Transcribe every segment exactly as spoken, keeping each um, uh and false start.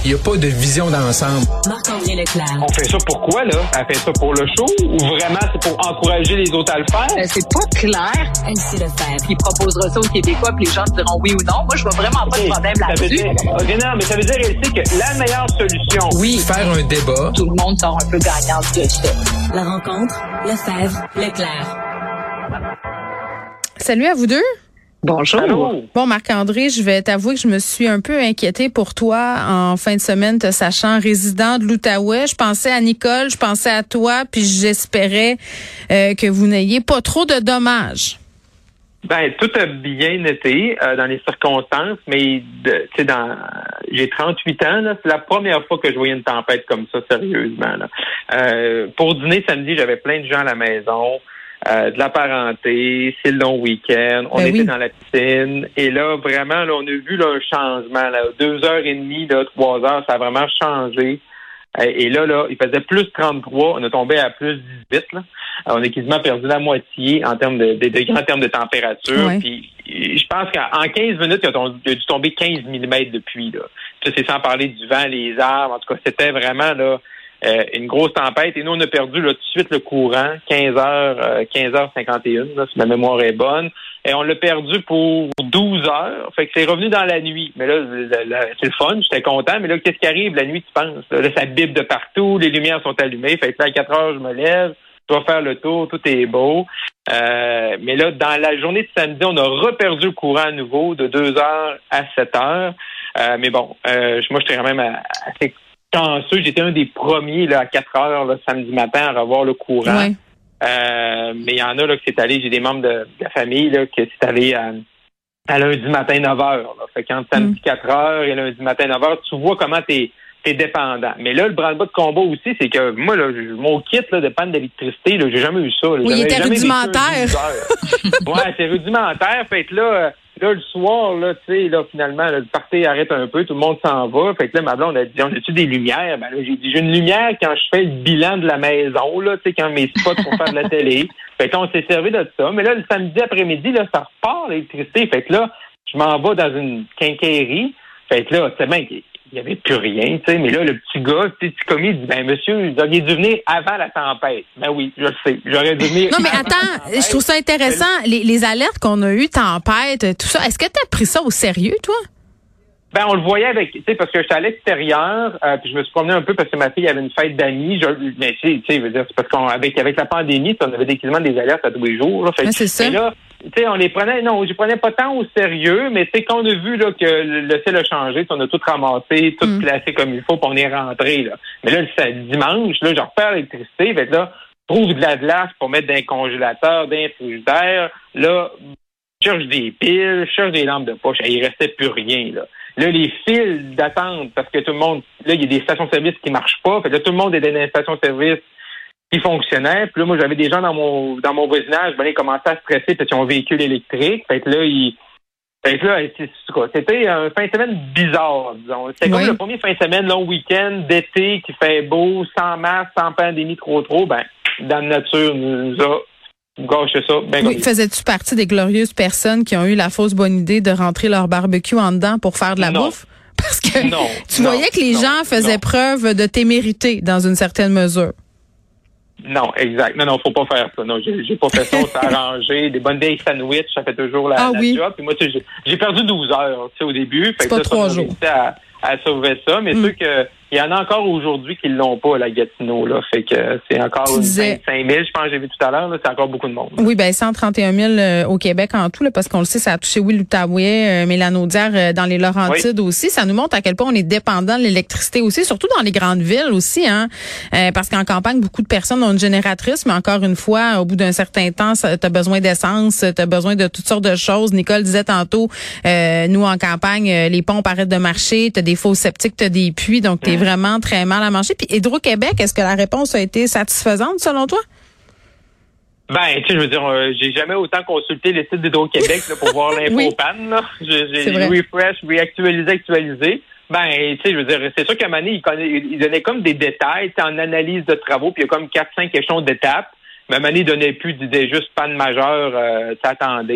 Il n'y a pas de vision d'ensemble. Marc-André Leclerc. On fait ça pourquoi, là? Elle fait ça pour le show ou vraiment c'est pour encourager les autres à le faire? Euh, c'est pas clair. Elle sait le faire. Puis il proposera ça aux Québécois, puis les gens diront oui ou non. Moi, je vois vraiment pas okay. de problème ça là-dessus. Veut dire, okay, non, mais ça veut dire, elle sait que la meilleure solution... Oui, faire un débat. Tout le monde sort un peu gagnant de ça. La rencontre, Lefebvre, Leclerc. Salut à vous deux. Bonjour. Allô? Bon, Marc-André, je vais t'avouer que je me suis un peu inquiétée pour toi en fin de semaine, te sachant résident de l'Outaouais. Je pensais à Nicole, je pensais à toi, puis j'espérais euh, que vous n'ayez pas trop de dommages. Ben, tout a bien été euh, dans les circonstances, mais tu sais, dans j'ai trente-huit ans, là, c'est la première fois que je voyais une tempête comme ça, sérieusement. Là. Euh, pour dîner samedi, j'avais plein de gens à la maison. Euh, de la parenté, c'est le long week-end, on ben était oui. dans la piscine, et là, vraiment, là, on a vu là, un changement. Là, deux heures et demie, là, trois heures, ça a vraiment changé. Euh, et là, là, il faisait plus trente-trois, on a tombé à plus dix-huit. Là. Alors, on a quasiment perdu la moitié en termes de, de degrés, en termes de température. Ouais. Puis, je pense qu'en quinze minutes, il a, tombé, il a dû tomber quinze millimètres de pluie. Là. Ça, c'est sans parler du vent, les arbres. En tout cas, c'était vraiment là. Euh, une grosse tempête, et nous, on a perdu là, tout de suite le courant, quinze heures, euh, quinze heures cinquante et une, là, si ma mémoire est bonne, et on l'a perdu pour douze heures, fait que c'est revenu dans la nuit. Mais là, la, la, c'est le fun, j'étais content, mais là, qu'est-ce qui arrive la nuit, tu penses? Là, là ça bipe de partout, les lumières sont allumées, fait que là, à quatre heures, je me lève, je dois faire le tour, tout est beau. Euh, mais là, dans la journée de samedi, on a reperdu le courant à nouveau de deux heures à sept heures. Euh, mais bon, euh, moi, j'étais quand même assez chanceux, j'étais un des premiers là, à quatre heures là, samedi matin à revoir le courant. Ouais. Euh, mais il y en a là, qui c'est allé, j'ai des membres de, de la famille là, qui c'est allé à, à lundi matin neuf heures. Là. Fait quand samedi mm. quatre heures et lundi matin neuf heures, tu vois comment t'es, t'es dépendant. Mais là, le branle-bas de combat aussi, c'est que moi, là, mon kit là, de panne d'électricité, là, j'ai jamais eu ça. Là. Oui, il était jamais rudimentaire. Ouais, c'est rudimentaire. Fait que là, là, le soir, là, tu sais, là, finalement, là, le party arrête un peu, tout le monde s'en va. Fait que là, ma blonde a dit, on a-tu des lumières? Ben là, j'ai dit, j'ai une lumière quand je fais le bilan de la maison, là, tu sais, quand mes spots pour faire de la télé. Fait que là, on s'est servi de ça. Mais là, le samedi après-midi, là, ça repart, l'électricité. Fait que là, je m'en vais dans une quincaillerie. Fait que là, c'est bien, il n'y avait plus rien, tu sais. Mais là, le petit gars, tu sais, petit commis, il dit, ben, monsieur, vous auriez dû venir avant la tempête. Ben oui, je le sais. J'aurais dû venir. Non, mais attends, je trouve ça intéressant. Les, les alertes qu'on a eues, tempête, tout ça. Est-ce que tu as pris ça au sérieux, toi? Ben, on le voyait avec, tu sais, parce que j'étais à l'extérieur, euh, puis je me suis promené un peu parce que ma fille avait une fête d'amis. Je, mais tu sais, je veux dire, c'est parce qu'avec avec la pandémie, on avait quasiment des alertes à tous les jours. Là, fait, ouais, c'est ça. Et là, tu sais, on les prenait, non, je les prenais pas tant au sérieux, mais c'est quand on a vu là que le ciel a changé, on a tout ramassé, tout mm. placé comme il faut, puis on est rentré là. Mais là, le dimanche, là, je repère l'électricité, fait que là, je trouve de la glace pour mettre dans un congélateur, dans un frigidaire. Là, je cherche des piles, je cherche des lampes de poche. Il restait plus rien là. Là, les fils d'attente, parce que tout le monde, là, il y a des stations-service qui marchent pas. Fait que là, tout le monde est dans des stations-service qui fonctionnaient. Puis là, moi, j'avais des gens dans mon dans mon voisinage, ben, ils commençaient à stresser parce qu'ils ont un véhicule électrique. Fait que là, ils... Fait que là, c'était un fin de semaine bizarre, disons. C'était oui. Comme le premier fin de semaine, long week-end, d'été, qui fait beau, sans masque, sans pandémie trop trop. Ben, dans la nature, nous a gâché ça. Ben oui, faisais-tu partie des glorieuses personnes qui ont eu la fausse bonne idée de rentrer leur barbecue en dedans pour faire de la non. bouffe? Parce que non, tu non, voyais que les non, gens faisaient non. preuve de témérité dans une certaine mesure. Non, exact. Non, non, faut pas faire ça. Non, j'ai, j'ai pas fait ça. Ça a arrangé. Des bonnes vieilles sandwichs, ça fait toujours la, ah, la oui. job. Puis moi, tu sais, j'ai, j'ai perdu douze heures, tu sais, au début. Fait c'est que pas là, trois ça, jours. À, à sauver ça. Mais mm. ceux que, il y en a encore aujourd'hui qui l'ont pas, la Gatineau, là. Fait que c'est encore tu une disais... vingt-cinq mille, je pense que j'ai vu tout à l'heure, là. C'est encore beaucoup de monde. Là. Oui, ben, cent trente et un mille euh, au Québec en tout, là, parce qu'on le sait, ça a touché, oui, l'Outaouais, euh, Mélanaudière, euh, dans les Laurentides oui. aussi. Ça nous montre à quel point on est dépendant de l'électricité aussi, surtout dans les grandes villes aussi, hein. Euh, parce qu'en campagne, beaucoup de personnes ont une génératrice, mais encore une fois, au bout d'un certain temps, tu as besoin d'essence, tu as besoin de toutes sortes de choses. Nicole disait tantôt, euh, nous, en campagne, euh, les pompes arrêtent de marcher, tu as des faux septiques, tu as des puits, donc tu es mmh. vraiment très mal à manger. Puis Hydro-Québec, est-ce que la réponse a été satisfaisante selon toi? Ben, tu sais, je veux dire, euh, j'ai jamais autant consulté le site d'Hydro-Québec là, pour voir l'info oui. panne. Là. J'ai, j'ai refresh, réactualisé, actualisé. Ben, tu sais, je veux dire, c'est sûr qu'à un moment donné, il, connaît, il donnait comme des détails en analyse de travaux, puis il y a comme quatre cinq questions d'étapes. Mais à un moment donné, il donnait plus d'idées juste panne majeure, euh, t'attendais.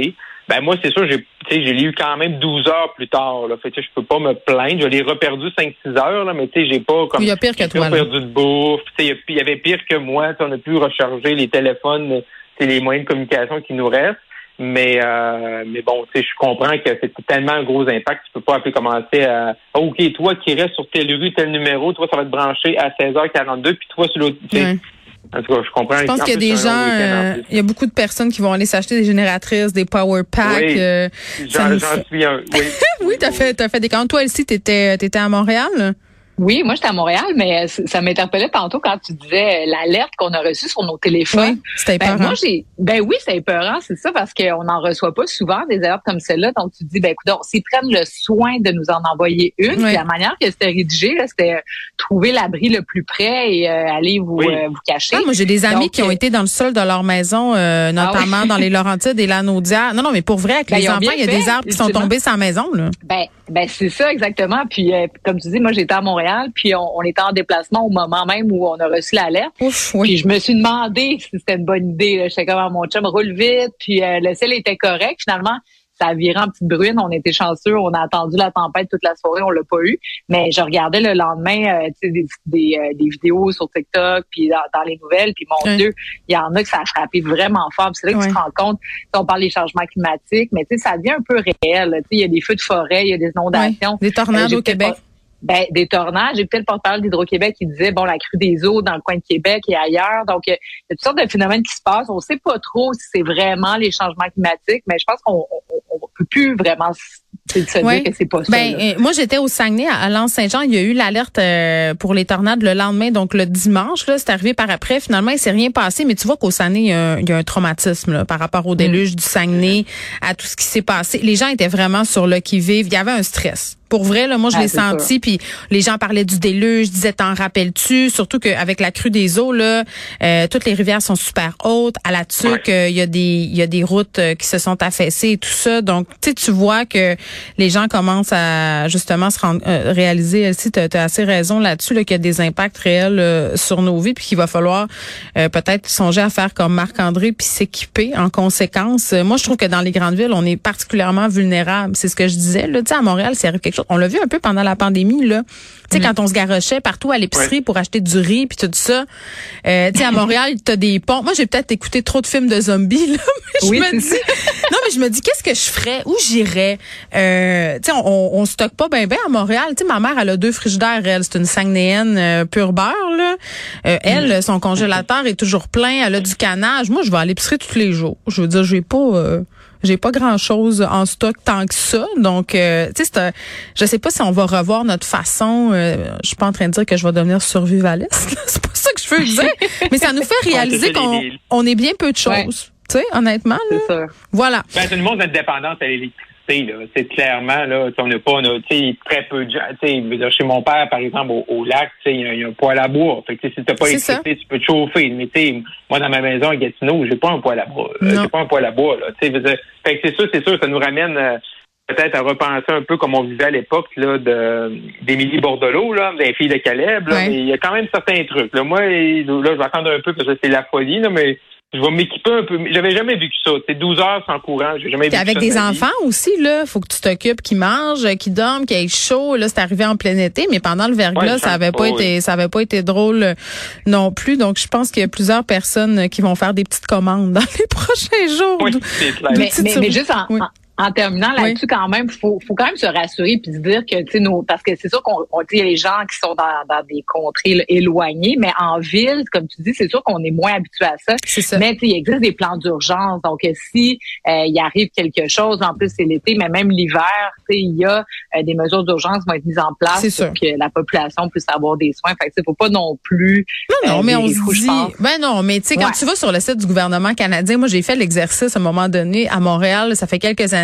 Ben moi, c'est sûr, j'ai, tu sais, j'ai eu quand même douze heures plus tard. Là. Fait que je peux pas me plaindre. Je l'ai reperdu cinq six heures, là, mais tu sais, j'ai pas comme. Il y a pire que toi. J'ai perdu de bouffe. Tu sais, il y avait pire que moi. On a pu recharger les téléphones, les moyens de communication qui nous restent. Mais euh, mais bon, tu sais, je comprends que c'est tellement un gros impact, tu peux pas appeler commencer à oh, OK, toi qui restes sur telle rue, tel numéro, toi, ça va te brancher à seize heures quarante-deux, puis toi sur l'autre. Ouais. En tout cas, je comprends. Je pense qu'il y a des gens, euh, il y a beaucoup de personnes qui vont aller s'acheter des génératrices, des power packs. Oui, euh, j'en, j'en fait... suis un. Oui, oui, t'as fait, t'as fait des commandes. Toi, Elsie, t'étais, t'étais à Montréal? Oui, moi, j'étais à Montréal, mais ça m'interpellait tantôt quand tu disais l'alerte qu'on a reçue sur nos téléphones. Oui, c'était épeurant. Ben, moi, j'ai, ben oui, c'est épeurant, c'est ça, parce qu'on n'en reçoit pas souvent des alertes comme celle-là. Donc, tu te dis, ben, écoute, s'ils prennent le soin de nous en envoyer une, oui. Puis la manière que c'était rédigé, là, c'était trouver l'abri le plus près et euh, aller vous, oui. euh, vous cacher. Ah, moi, j'ai des amis Donc, qui ont été dans le sol de leur maison, euh, notamment ah oui. dans les Laurentides et la Naudière. Non, non, mais pour vrai, avec ben, les enfants, il y a fait, des arbres qui sont tombés sur la maison, là. Ben, ben, c'est ça, exactement. Puis, euh, comme tu dis, moi, j'étais à Montréal, puis on, on était en déplacement au moment même où on a reçu l'alerte. Ouf, oui. Puis je me suis demandé si c'était une bonne idée. J'étais comme, mon chum roule vite, puis euh, le ciel était correct. Finalement, ça a viré en petite bruine. On était chanceux. On a attendu la tempête toute la soirée. On l'a pas eu. Mais je regardais le lendemain euh, tu sais, des, des, euh, des vidéos sur TikTok, puis dans, dans les nouvelles. Puis mon oui. Dieu, il y en a que ça a frappé vraiment fort. Puis c'est là que oui. tu te rends compte, on parle des changements climatiques, mais tu sais, ça devient un peu réel. Tu sais, il y a des feux de forêt, il y a des inondations. Oui. Des tornades euh, au Québec. Pas, Ben, des tornades. J'ai peut-être le porte-parole d'Hydro-Québec qui disait, bon, la crue des eaux dans le coin de Québec et ailleurs. Donc, il y a toutes sortes de phénomènes qui se passent. On sait pas trop si c'est vraiment les changements climatiques, mais je pense qu'on on, on peut plus vraiment se ouais. dire que c'est pas ça. Ben, euh, moi, j'étais au Saguenay, à L'Anse-Saint-Jean. Il y a eu l'alerte euh, pour les tornades le lendemain, donc le dimanche. Là, c'est arrivé par après. Finalement, il s'est rien passé, mais tu vois qu'au Saguenay, il y a un, il y a un traumatisme là, par rapport au déluge mmh. du Saguenay, à tout ce qui s'est passé. Les gens étaient vraiment sur le qui-vive. Il y avait un stress. Pour vrai, là, moi, je ah, l'ai senti, puis les gens parlaient du déluge, disaient, t'en rappelles-tu? Surtout qu'avec la crue des eaux, là, euh, toutes les rivières sont super hautes. À la Tuque, il ouais. euh, y a des il y a des routes euh, qui se sont affaissées et tout ça. Donc, tu sais, tu vois que les gens commencent à, justement, se rendre, euh, réaliser, Elsie, t'as, t'as assez raison là-dessus, là, qu'il y a des impacts réels euh, sur nos vies, puis qu'il va falloir euh, peut-être songer à faire comme Marc-André, puis s'équiper en conséquence. Euh, moi, je trouve que dans les grandes villes, on est particulièrement vulnérable. C'est ce que je disais, là. Tu sais, à Montréal, s'il arrive quelque chose, on l'a vu un peu pendant la pandémie, là. Tu sais, mmh. quand on se garochait partout à l'épicerie ouais. pour acheter du riz puis tout ça. Euh, tu sais, à Montréal, t'as des ponts. Moi, j'ai peut-être écouté trop de films de zombies, là. Mais oui, je me dis, non, mais je me dis, qu'est-ce que je ferais? Où j'irais? Euh, tu sais, on, on stocke pas ben ben à Montréal. Tu sais, ma mère, elle a deux frigidaires, elle. C'est une Saguenayenne euh, pure beurre, là. Euh, elle, mmh. son congélateur est toujours plein. Elle a du canage. Moi, je vais à l'épicerie tous les jours. Je veux dire, j'ai pas... Euh, J'ai pas grand-chose en stock tant que ça. Donc, euh, tu sais, c'est un, je sais pas si on va revoir notre façon. Euh, je suis pas en train de dire que je vais devenir survivaliste. C'est pas ça que je veux dire. Mais ça nous fait réaliser qu'on on est bien peu de choses. Ouais. Tu sais, honnêtement, là. C'est sûr. Voilà. Ben, tout le monde a une dépendance à l'électricité. C'est clairement, là, on n'a pas, on a, tu sais, très peu de gens. Tu sais, chez mon père, par exemple, au, au lac, tu sais, il y, y a un poêle à bois. Fait que si t'as pas l'électricité, tu peux te chauffer. Mais tu sais, moi, dans ma maison à Gatineau, j'ai pas un poêle à bois. Euh, j'ai pas un poêle à bois, là. Tu sais, fait que c'est sûr, c'est sûr, ça nous ramène euh, peut-être à repenser un peu comme on vivait à l'époque, là, de, d'Émilie Bordelot, là, des filles de Caleb, là. Ouais. Mais il y a quand même certains trucs, là. Moi, là, je vais attendre un peu parce que c'est la folie, là, mais je vais m'équiper un peu. J'avais jamais vu que ça. C'est douze heures sans courant. J'ai jamais vu ça. Avec des enfants aussi, là. Faut que tu t'occupes qu'ils mangent, qu'ils dorment, qu'ils aient chaud. Là, c'est arrivé en plein été, mais pendant le verglas, ouais, ça avait pas, pas été, oui. ça avait pas été drôle non plus. Donc, je pense qu'il y a plusieurs personnes qui vont faire des petites commandes dans les prochains jours. Oui, c'est clair. Mais, mais, mais juste en, oui. en En terminant là-dessus, oui. quand même, faut, faut quand même se rassurer puis se dire que, tu sais, nos, parce que c'est sûr qu'on, on dit, il y a les gens qui sont dans, dans des contrées là, éloignées, mais en ville, comme tu dis, c'est sûr qu'on est moins habitué à ça. C'est ça. Mais, tu sais, il existe des plans d'urgence. Donc, si, euh, il arrive quelque chose, en plus, c'est l'été, mais même l'hiver, tu sais, il y a euh, des mesures d'urgence qui vont être mises en place c'est pour sûr. que la population puisse avoir des soins. Fait que, tu sais, faut pas non plus. Non, non, euh, mais des, on se dit, ben non, mais tu sais, quand ouais. tu vas sur le site du gouvernement canadien, moi, j'ai fait l'exercice à un moment donné à Montréal, ça fait quelques années.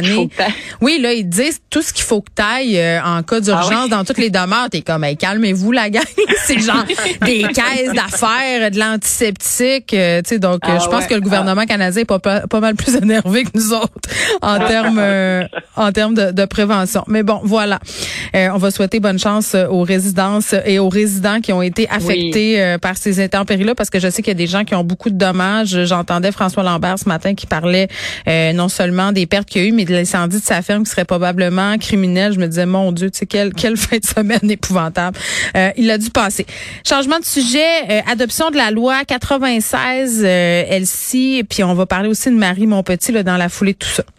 année. Oui, là, ils disent tout ce qu'il faut que t'ailles euh, en cas d'urgence ah oui? dans toutes les demeures. T'es comme, hey, calmez-vous, la gang. C'est genre des caisses d'affaires, de l'antiseptique. Euh, tu sais, donc, ah, je pense ouais. que le gouvernement ah. canadien est pas, pas, pas mal plus énervé que nous autres en termes euh, en termes de, de prévention. Mais bon, voilà. Euh, on va souhaiter bonne chance aux résidences et aux résidents qui ont été affectés oui. euh, par ces intempéries-là, parce que je sais qu'il y a des gens qui ont beaucoup de dommages. J'entendais François Lambert ce matin qui parlait euh, non seulement des pertes qu'il y a eu, mais de l'incendie de sa ferme qui serait probablement criminel. Je me disais, mon Dieu, tu sais, quelle, quelle fin de semaine épouvantable. Euh, il a dû passer. Changement de sujet, euh, adoption de la loi quatre-vingt-seize, euh, Elsie, puis on va parler aussi de Marie Montpetit là, dans la foulée de tout ça.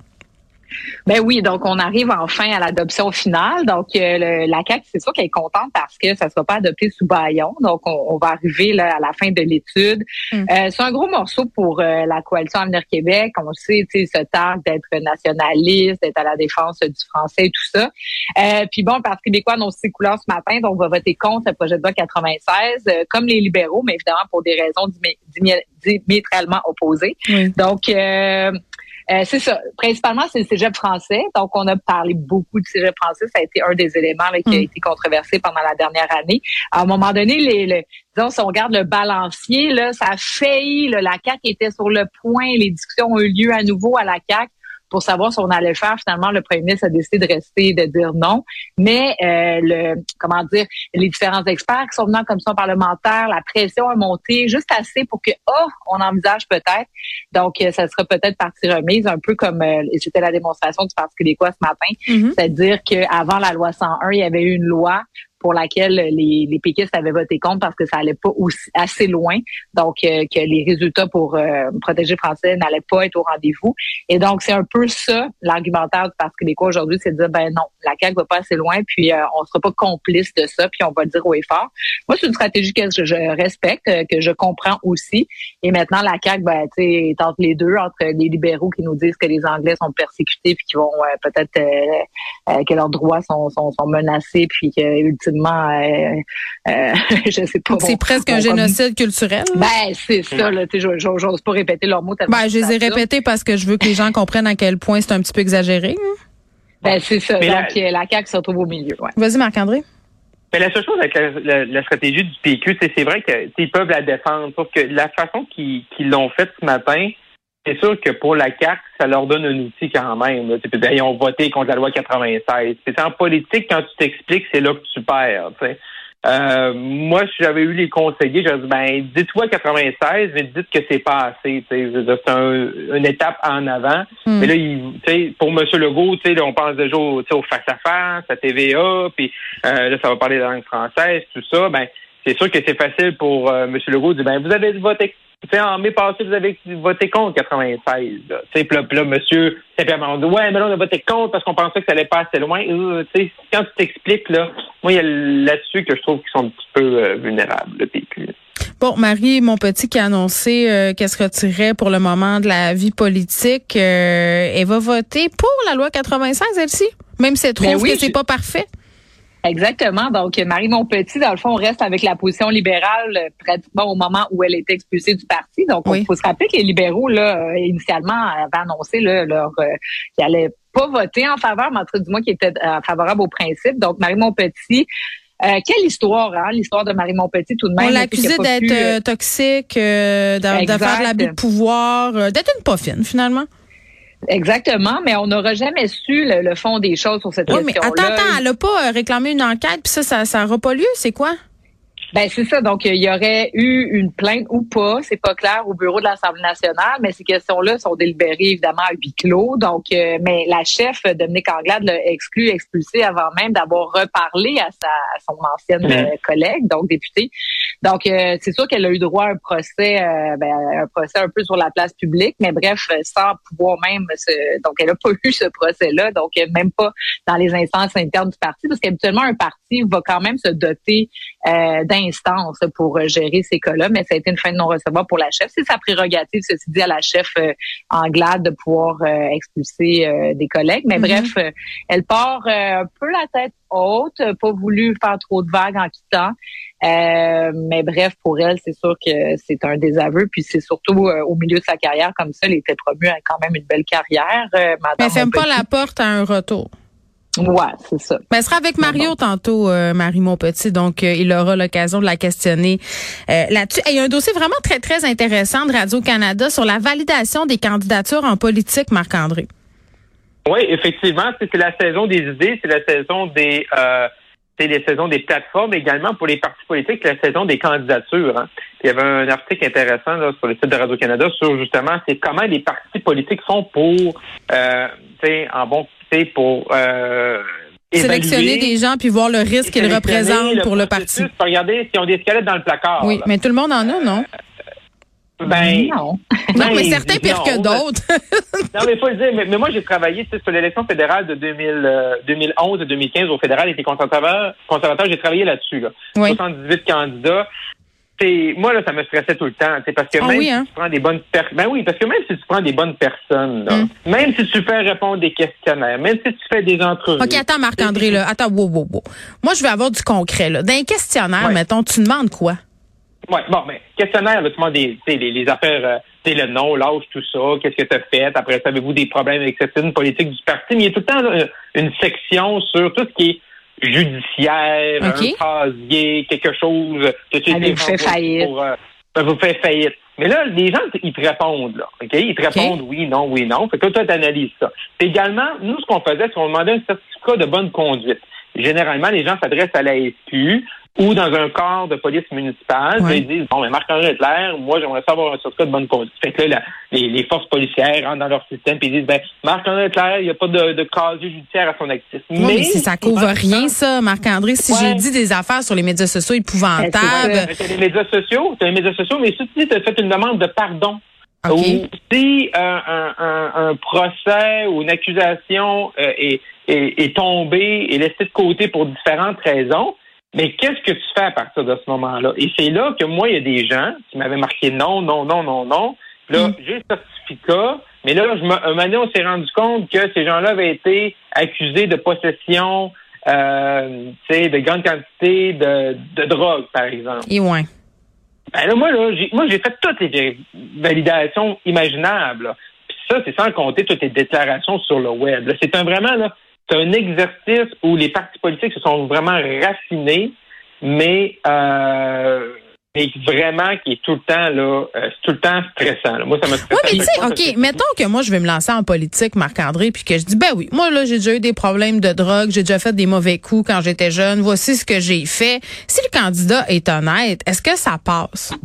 Ben oui, donc on arrive enfin à l'adoption finale. Donc euh, le, la C A Q, c'est sûr qu'elle est contente parce que ça ne sera pas adopté sous bâillon. Donc on, on va arriver là à la fin de l'étude. Mm. Euh, c'est un gros morceau pour euh, la coalition Avenir Québec. On sait, tu sais, se targue d'être nationaliste, d'être à la défense du français et tout ça. Euh, puis bon, le Parti québécois annonce ses couleurs ce matin, donc on va voter contre le projet de loi quatre-vingt-seize, euh, comme les libéraux, mais évidemment pour des raisons diamétralement opposées. Mm. Donc euh, Euh, c'est ça. Principalement, c'est le cégep français. Donc, on a parlé beaucoup du cégep français. Ça a été un des éléments là, qui mmh. a été controversé pendant la dernière année. À un moment donné, les, les disons, si on regarde le balancier, là, ça a failli. Là, la C A Q était sur le point. Les discussions ont eu lieu à nouveau à la C A Q pour savoir si on allait le faire. Finalement, le premier ministre a décidé de rester et de dire non. Mais euh, le comment dire, les différents experts qui sont venus en commission parlementaire, la pression a monté juste assez pour que, oh, on envisage peut-être. Donc, euh, ça sera peut-être partie remise, un peu comme euh, c'était la démonstration du Parti québécois ce matin. Mm-hmm. C'est-à-dire qu'avant la loi cent un, il y avait eu une loi pour laquelle les, les péquistes avaient voté contre parce que ça allait pas aussi assez loin, donc euh, que les résultats pour euh, protéger français n'allaient pas être au rendez-vous. Et donc, c'est un peu ça, l'argumentaire du Parti québécois aujourd'hui, c'est de dire, ben non, la C A Q va pas assez loin, puis euh, on sera pas complice de ça, puis on va le dire haut et fort. Moi, c'est une stratégie que je, je respecte, que je comprends aussi. Et maintenant, la C A Q, ben, tu sais, est entre les deux, entre les libéraux qui nous disent que les Anglais sont persécutés, puis qui vont euh, peut-être euh, euh, que leurs droits sont, sont, sont menacés, puis que ultimement Euh, euh, je sais pas. C'est bon, presque bon, un génocide comme... culturel. Ben, c'est ça, là. Tu sais, j'ose pas répéter leurs mots tellement. Ben, je les ai répétés parce que je veux que les gens comprennent à quel point c'est un petit peu exagéré. Hein? Ben, c'est ça. Mais donc, la... la C A Q se retrouve au milieu, ouais. Vas-y, Marc-André. Mais la seule chose avec la, la, la stratégie du P Q, c'est, c'est vrai qu'ils peuvent la défendre, sauf que la façon qu'ils, qu'ils l'ont faite ce matin, c'est sûr que pour la C A Q, ça leur donne un outil quand même. Là. Ben, ils ont voté contre la loi quatre-vingt-seize. C'est en politique, quand tu t'expliques, c'est là que tu perds. T'sais. Euh, moi, si j'avais eu les conseillers, j'aurais dit, ben, dites-toi quatre-vingt-seize, mais dites que c'est pas assez. T'sais. C'est un, une étape en avant. Mm. Mais là, il, pour M. Legault, là, on pense déjà au, au face-à-face, à T V A, puis euh, là, ça va parler de la langue française, tout ça. Ben, c'est sûr que c'est facile pour euh, M. Legault de dire, ben, vous avez voté. T'sais, en mai passé, vous avez voté contre quatre-vingt-seize. Là. Puis là, là, monsieur, simplement, on dit, ouais, mais là, on a voté contre parce qu'on pensait que ça allait pas assez loin. Euh, quand tu t'expliques, là, moi, il y a là-dessus que je trouve qu'ils sont un petit peu euh, vulnérables, le P Q. Bon, Marie Montpetit qui a annoncé euh, qu'elle se retirait pour le moment de la vie politique, euh, elle va voter pour la loi quatre-vingt-seize, elle-ci? Même si elle trouve oui, que c'est je... pas parfait? Exactement. Donc, Marie Montpetit, dans le fond, reste avec la position libérale euh, pratiquement au moment où elle était expulsée du parti. Donc, oui. Il faut se rappeler que les libéraux, là, euh, initialement, avaient annoncé là, leur euh, qu'ils allaient pas voter en faveur, mais en tout cas, du moins, qu'ils étaient euh, favorables au principe. Donc, Marie Montpetit, euh, quelle histoire, hein, l'histoire de Marie Montpetit, tout de même. On l'accusait d'être pu, euh, toxique, euh, de, de faire de l'abus de pouvoir, euh, d'être une poffine, finalement. Exactement, mais on n'aura jamais su le, le fond des choses sur cette oui, question-là. Mais attends, attends, elle n'a pas réclamé une enquête, puis ça, ça, ça n'aura pas lieu, c'est quoi? Ben c'est ça. Donc il y aurait eu une plainte ou pas, c'est pas clair au bureau de l'Assemblée nationale, mais ces questions-là sont délibérées évidemment à huis clos. Donc, euh, mais la chef Dominique Anglade l'a exclu, expulsé avant même d'avoir reparlé à sa à son ancienne euh, collègue, donc députée. Donc euh, c'est sûr qu'elle a eu droit à un procès, euh, ben, un procès un peu sur la place publique, mais bref, sans pouvoir même se, donc elle a pas eu ce procès-là, donc même pas dans les instances internes du parti, parce qu'habituellement un parti va quand même se doter euh, d'instance pour gérer ces cas-là, mais ça a été une fin de non-recevoir pour la chef. C'est sa prérogative, ceci dit, à la chef euh, Anglade de pouvoir euh, expulser euh, des collègues. Mais mm-hmm. bref, euh, elle part euh, un peu la tête haute, pas voulu faire trop de vagues en quittant. Euh, mais bref, pour elle, c'est sûr que c'est un désaveu. Puis c'est surtout euh, au milieu de sa carrière comme ça, elle était promue à quand même une belle carrière. Euh, mais elle ferme pas la porte à un retour. Ouais, c'est ça. Mais elle sera avec Mario bon. tantôt, euh, Marie Montpetit, donc euh, il aura l'occasion de la questionner euh, là-dessus. Il y a un dossier vraiment très, très intéressant de Radio-Canada sur la validation des candidatures en politique, Marc-André. Oui, effectivement, c'est, c'est la saison des idées, c'est la saison des euh, c'est les saisons des plateformes également pour les partis politiques, la saison des candidatures. Hein. Il y avait un article intéressant là, sur le site de Radio-Canada sur justement c'est comment les partis politiques font pour euh, tu sais, en bon pour euh, sélectionner des gens puis voir le risque qu'ils représentent pour le parti. Regardez s'ils ont des squelettes dans le placard. Oui, là. Mais tout le monde en a, non? Euh, ben non. Non, mais certains pires que d'autres. Non, mais il faut le dire. Mais, mais moi, j'ai travaillé sur l'élection fédérale de deux mille onze et deux mille quinze au fédéral. J'étais conservateur. Conservateur, j'ai travaillé là-dessus. Là. Oui. soixante-dix-huit candidats. C'est, moi, là, ça me stressait tout le temps, parce que oh même oui, hein? si tu prends des bonnes personnes, ben oui, parce que même si tu prends des bonnes personnes, là, mm. même si tu fais répondre des questionnaires, même si tu fais des entrevues. OK, attends, Marc-André, là, attends, wow, wow, wow. Moi, je veux avoir du concret, là. Dans un questionnaire, ouais. mettons, tu demandes quoi? Oui, bon, ben, questionnaire, là, tu demandes des, les, les affaires, euh, tu sais, le nom, l'âge, tout ça, qu'est-ce que tu as fait, après ça, avez-vous des problèmes avec cette politique du parti, mais il y a tout le temps là, une section sur tout ce qui est judiciaire, okay. un casier, quelque chose. Elle vous fait faillite. Pour, euh, vous fait faillite. Mais là, les gens, ils te répondent, là. OK? Ils te répondent okay. oui, non, oui, non. Fait que toi, tu analyses ça. Puis également, nous, ce qu'on faisait, c'est qu'on demandait un certificat de bonne conduite. Généralement, les gens s'adressent à la S Q ou dans un corps de police municipale, ouais. ils disent, bon, mais Marc-André Leclerc, moi, j'aimerais savoir un certificat de bonne conduite. Fait que là, la, les, les forces policières rentrent dans leur système et ils disent, ben, Marc-André Leclerc, il n'y a pas de, de casier judiciaire à son actif. Oui, mais, mais si ça couvre rien, ça, Marc-André, si ouais. j'ai dit des affaires sur les médias sociaux épouvantables. C'est les médias sociaux, c'est les médias sociaux, mais si tu as fait une demande de pardon, okay. ou si euh, un, un, un procès ou une accusation euh, est, est, est tombé et laissé de côté pour différentes raisons, mais qu'est-ce que tu fais à partir de ce moment-là? Et c'est là que moi, il y a des gens qui m'avaient marqué non, non, non, non, non. Là, mm. j'ai le certificat, mais là, je me, un moment donné, on s'est rendu compte que ces gens-là avaient été accusés de possession, euh, tu sais, de grande quantité de, de drogue, par exemple. Et ouais. Ben là, moi, là, j'ai, moi, j'ai fait toutes les validations imaginables. Là. Puis ça, c'est sans compter toutes les déclarations sur le web. Là. C'est un vraiment, là, c'est un exercice où les partis politiques se sont vraiment raffinés, mais, euh, mais vraiment qui est tout le temps là, euh, c'est tout le temps stressant. Là. Moi, ça me stresse. Oui, mais tu sais, OK, mettons que moi, je vais me lancer en politique, Marc-André, puis que je dis, ben oui, moi, là, j'ai déjà eu des problèmes de drogue, j'ai déjà fait des mauvais coups quand j'étais jeune, voici ce que j'ai fait. Si le candidat est honnête, est-ce que ça passe?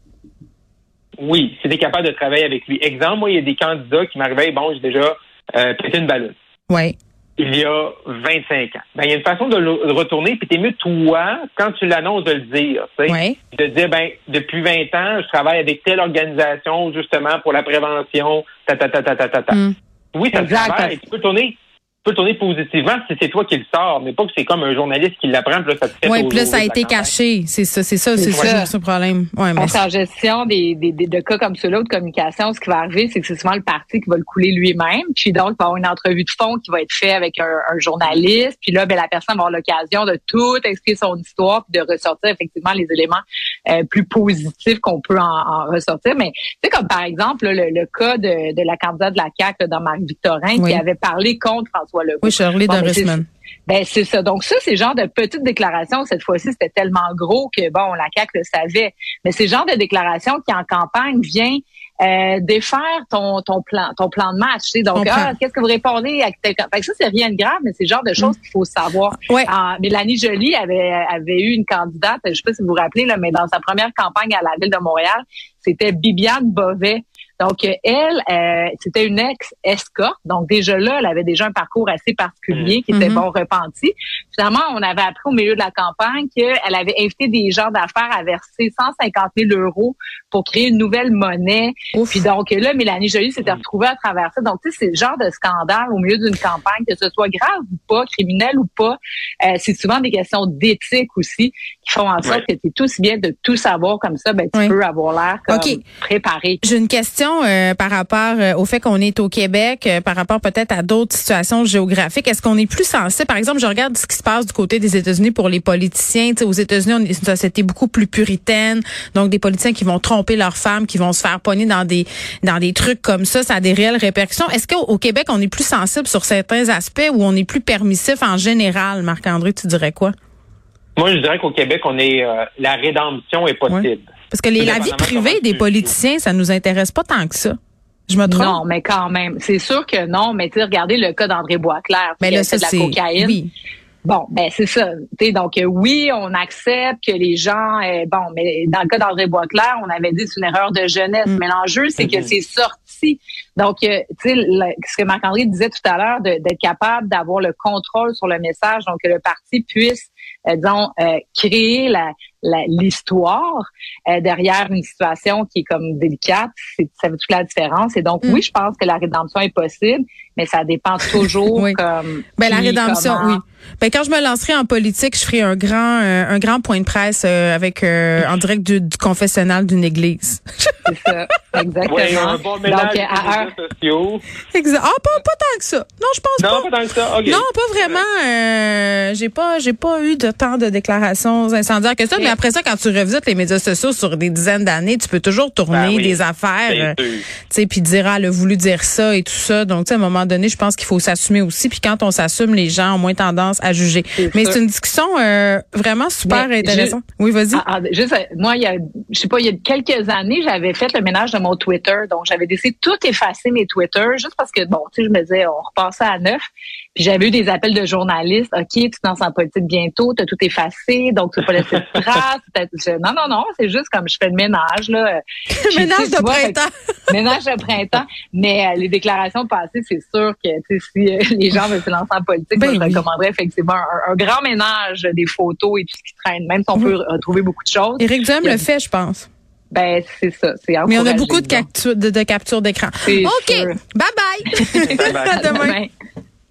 Oui, si tu es capable de travailler avec lui. Exemple, moi, il y a des candidats qui m'arrivaient, bon, j'ai déjà euh, pété une ballonne. Oui. Il y a vingt-cinq ans. Ben, il y a une façon de le retourner, puis t'es mieux, toi, quand tu l'annonces, de le dire, tu sais. Oui. De dire, ben, depuis vingt ans, je travaille avec telle organisation, justement, pour la prévention, ta, ta, ta, ta, ta, ta, ta. Mm. Oui, ça exact. travaille. Tu peux tourner, tu peux tourner positivement si c'est toi qui le sors, mais pas que c'est comme un journaliste qui l'apprend, puis là, ça te fait. Oui, puis là, ça a été caché. C'est ça, c'est ça, c'est, c'est ça, ça le problème. Ouais, mais en gestion des, des, des, de cas comme ceux-là ou de communication, ce qui va arriver, c'est que c'est souvent le parti qui va le couler lui-même. Puis donc, il va y avoir une entrevue de fond qui va être faite avec un, un journaliste. Puis là, ben, la personne va avoir l'occasion de tout expliquer son histoire puis de ressortir effectivement les éléments euh, plus positifs qu'on peut en, en ressortir. Mais tu sais, comme par exemple, là, le, le cas de, de la candidate de la C A Q là, dans Marc-Victorin oui. qui avait parlé contre François Legault. Oui, Shirley Dorisman. Ben c'est ça. Donc ça, c'est le genre de petites déclarations. Cette fois-ci, c'était tellement gros que bon, la C A Q le savait. Mais c'est le genre de déclaration qui en campagne vient euh, défaire ton ton plan ton plan de match. Tu sais. Donc ah, qu'est-ce que vous répondez à tel... Fait que ça, c'est rien de grave, mais c'est le genre de choses mmh. qu'il faut savoir. Ouais. Euh, Mélanie Joly avait avait eu une candidate, je sais pas si vous vous rappelez là, mais dans sa première campagne à la ville de Montréal, c'était Bibiane Bovet. Donc, euh, elle, euh, c'était une ex-escorte. Donc, déjà là, elle avait déjà un parcours assez particulier qui était mm-hmm. bon repenti. Finalement, on avait appris au milieu de la campagne qu'elle avait invité des gens d'affaires à verser cent cinquante mille euros pour créer une nouvelle monnaie. Ouf. Puis donc, là, Mélanie Joly s'était retrouvée à travers ça. Donc, tu sais, c'est le genre de scandale au milieu d'une campagne, que ce soit grave ou pas, criminel ou pas. Euh, c'est souvent des questions d'éthique aussi qui font en sorte ouais. que tu es aussi bien de tout savoir comme ça, ben tu oui. peux avoir l'air comme okay. préparé. J'ai une question euh, par rapport euh, au fait qu'on est au Québec, euh, par rapport peut-être à d'autres situations géographiques. Est-ce qu'on est plus sensible? Par exemple, je regarde ce qui se passe du côté des États-Unis pour les politiciens. T'sais, aux États-Unis, on est une société beaucoup plus puritaine, donc des politiciens qui vont tromper leurs femmes, qui vont se faire pogner dans des dans des trucs comme ça, ça a des réelles répercussions. Est-ce qu'au au Québec, on est plus sensible sur certains aspects ou on est plus permissif en général? Marc-André, tu dirais quoi? Moi, je dirais qu'au Québec, on est euh, la rédemption est possible. Ouais. Parce que les, la vie privée des politiciens, ça nous intéresse pas tant que ça. Je me trompe? Non, mais quand même. C'est sûr que non, mais tu sais, regardez le cas d'André Boisclair. Mais là, ça, de la c'est... cocaïne. Oui. Bon, ben c'est ça. T'sais, donc euh, oui, on accepte que les gens, euh, bon, mais dans le cas d'André Boisclair, on avait dit que c'est une erreur de jeunesse. Mm. Mais l'enjeu, c'est mm-hmm. que c'est sorti. Donc, euh, tu sais, ce que Marc-André disait tout à l'heure, de, d'être capable d'avoir le contrôle sur le message, donc que le parti puisse, euh, disons, euh, créer la, la l'histoire euh, derrière une situation qui est comme délicate, c'est, ça fait toute la différence. Et donc, mm. oui, je pense que la rédemption est possible, mais ça dépend toujours oui. comme. Ben la rédemption, comment... oui. Ben quand je me lancerai en politique, je ferai un grand euh, un grand point de presse euh, avec euh, en direct du, du confessionnal d'une église. C'est ça, exactement. Oui, un bon mélange donc, des réseaux sociaux. Exact. Ah, pas, pas tant que ça. Non, je pense non, pas. Non, pas tant que ça. Okay. Non, pas vraiment. Euh, j'ai pas j'ai pas eu de tant de déclarations incendiaires que ça. Mais, mais après ça, quand tu revisites les médias sociaux sur des dizaines d'années, tu peux toujours tourner ben oui, des affaires, tu sais, puis dire ah, elle a voulu dire ça et tout ça. Donc, tu sais, à un moment donné, je pense qu'il faut s'assumer aussi. Puis quand on s'assume, les gens ont moins tendance à juger. C'est mais ça. C'est une discussion euh, vraiment super mais intéressante. Je, oui, vas-y. Ah, ah, juste, moi, il y a, je sais pas, il y a quelques années, j'avais fait le ménage de mon Twitter. Donc, j'avais décidé de tout effacer mes Twitter, juste parce que, bon, tu sais, je me disais, on repassait à neuf. Puis j'avais eu des appels de journalistes. OK, tu te lances en politique bientôt, t'as tout effacé, donc tu vas pas laisser de traces. Non, non, non, c'est juste comme je fais le ménage, là. ménage de vois, printemps. Fait, ménage de printemps. Mais euh, les déclarations passées, c'est sûr que, tu sais, si euh, les gens veulent se lancer en politique, ben moi, oui. je recommanderais effectivement un, un grand ménage des photos et tout ce qui traîne, même si on peut retrouver beaucoup de choses. Éric Duhem le fait, je pense. Ben, c'est ça. C'est mais on a beaucoup de, captures, de, de captures d'écran. C'est OK. Sûr. Bye bye. Bye bye. À demain. Demain.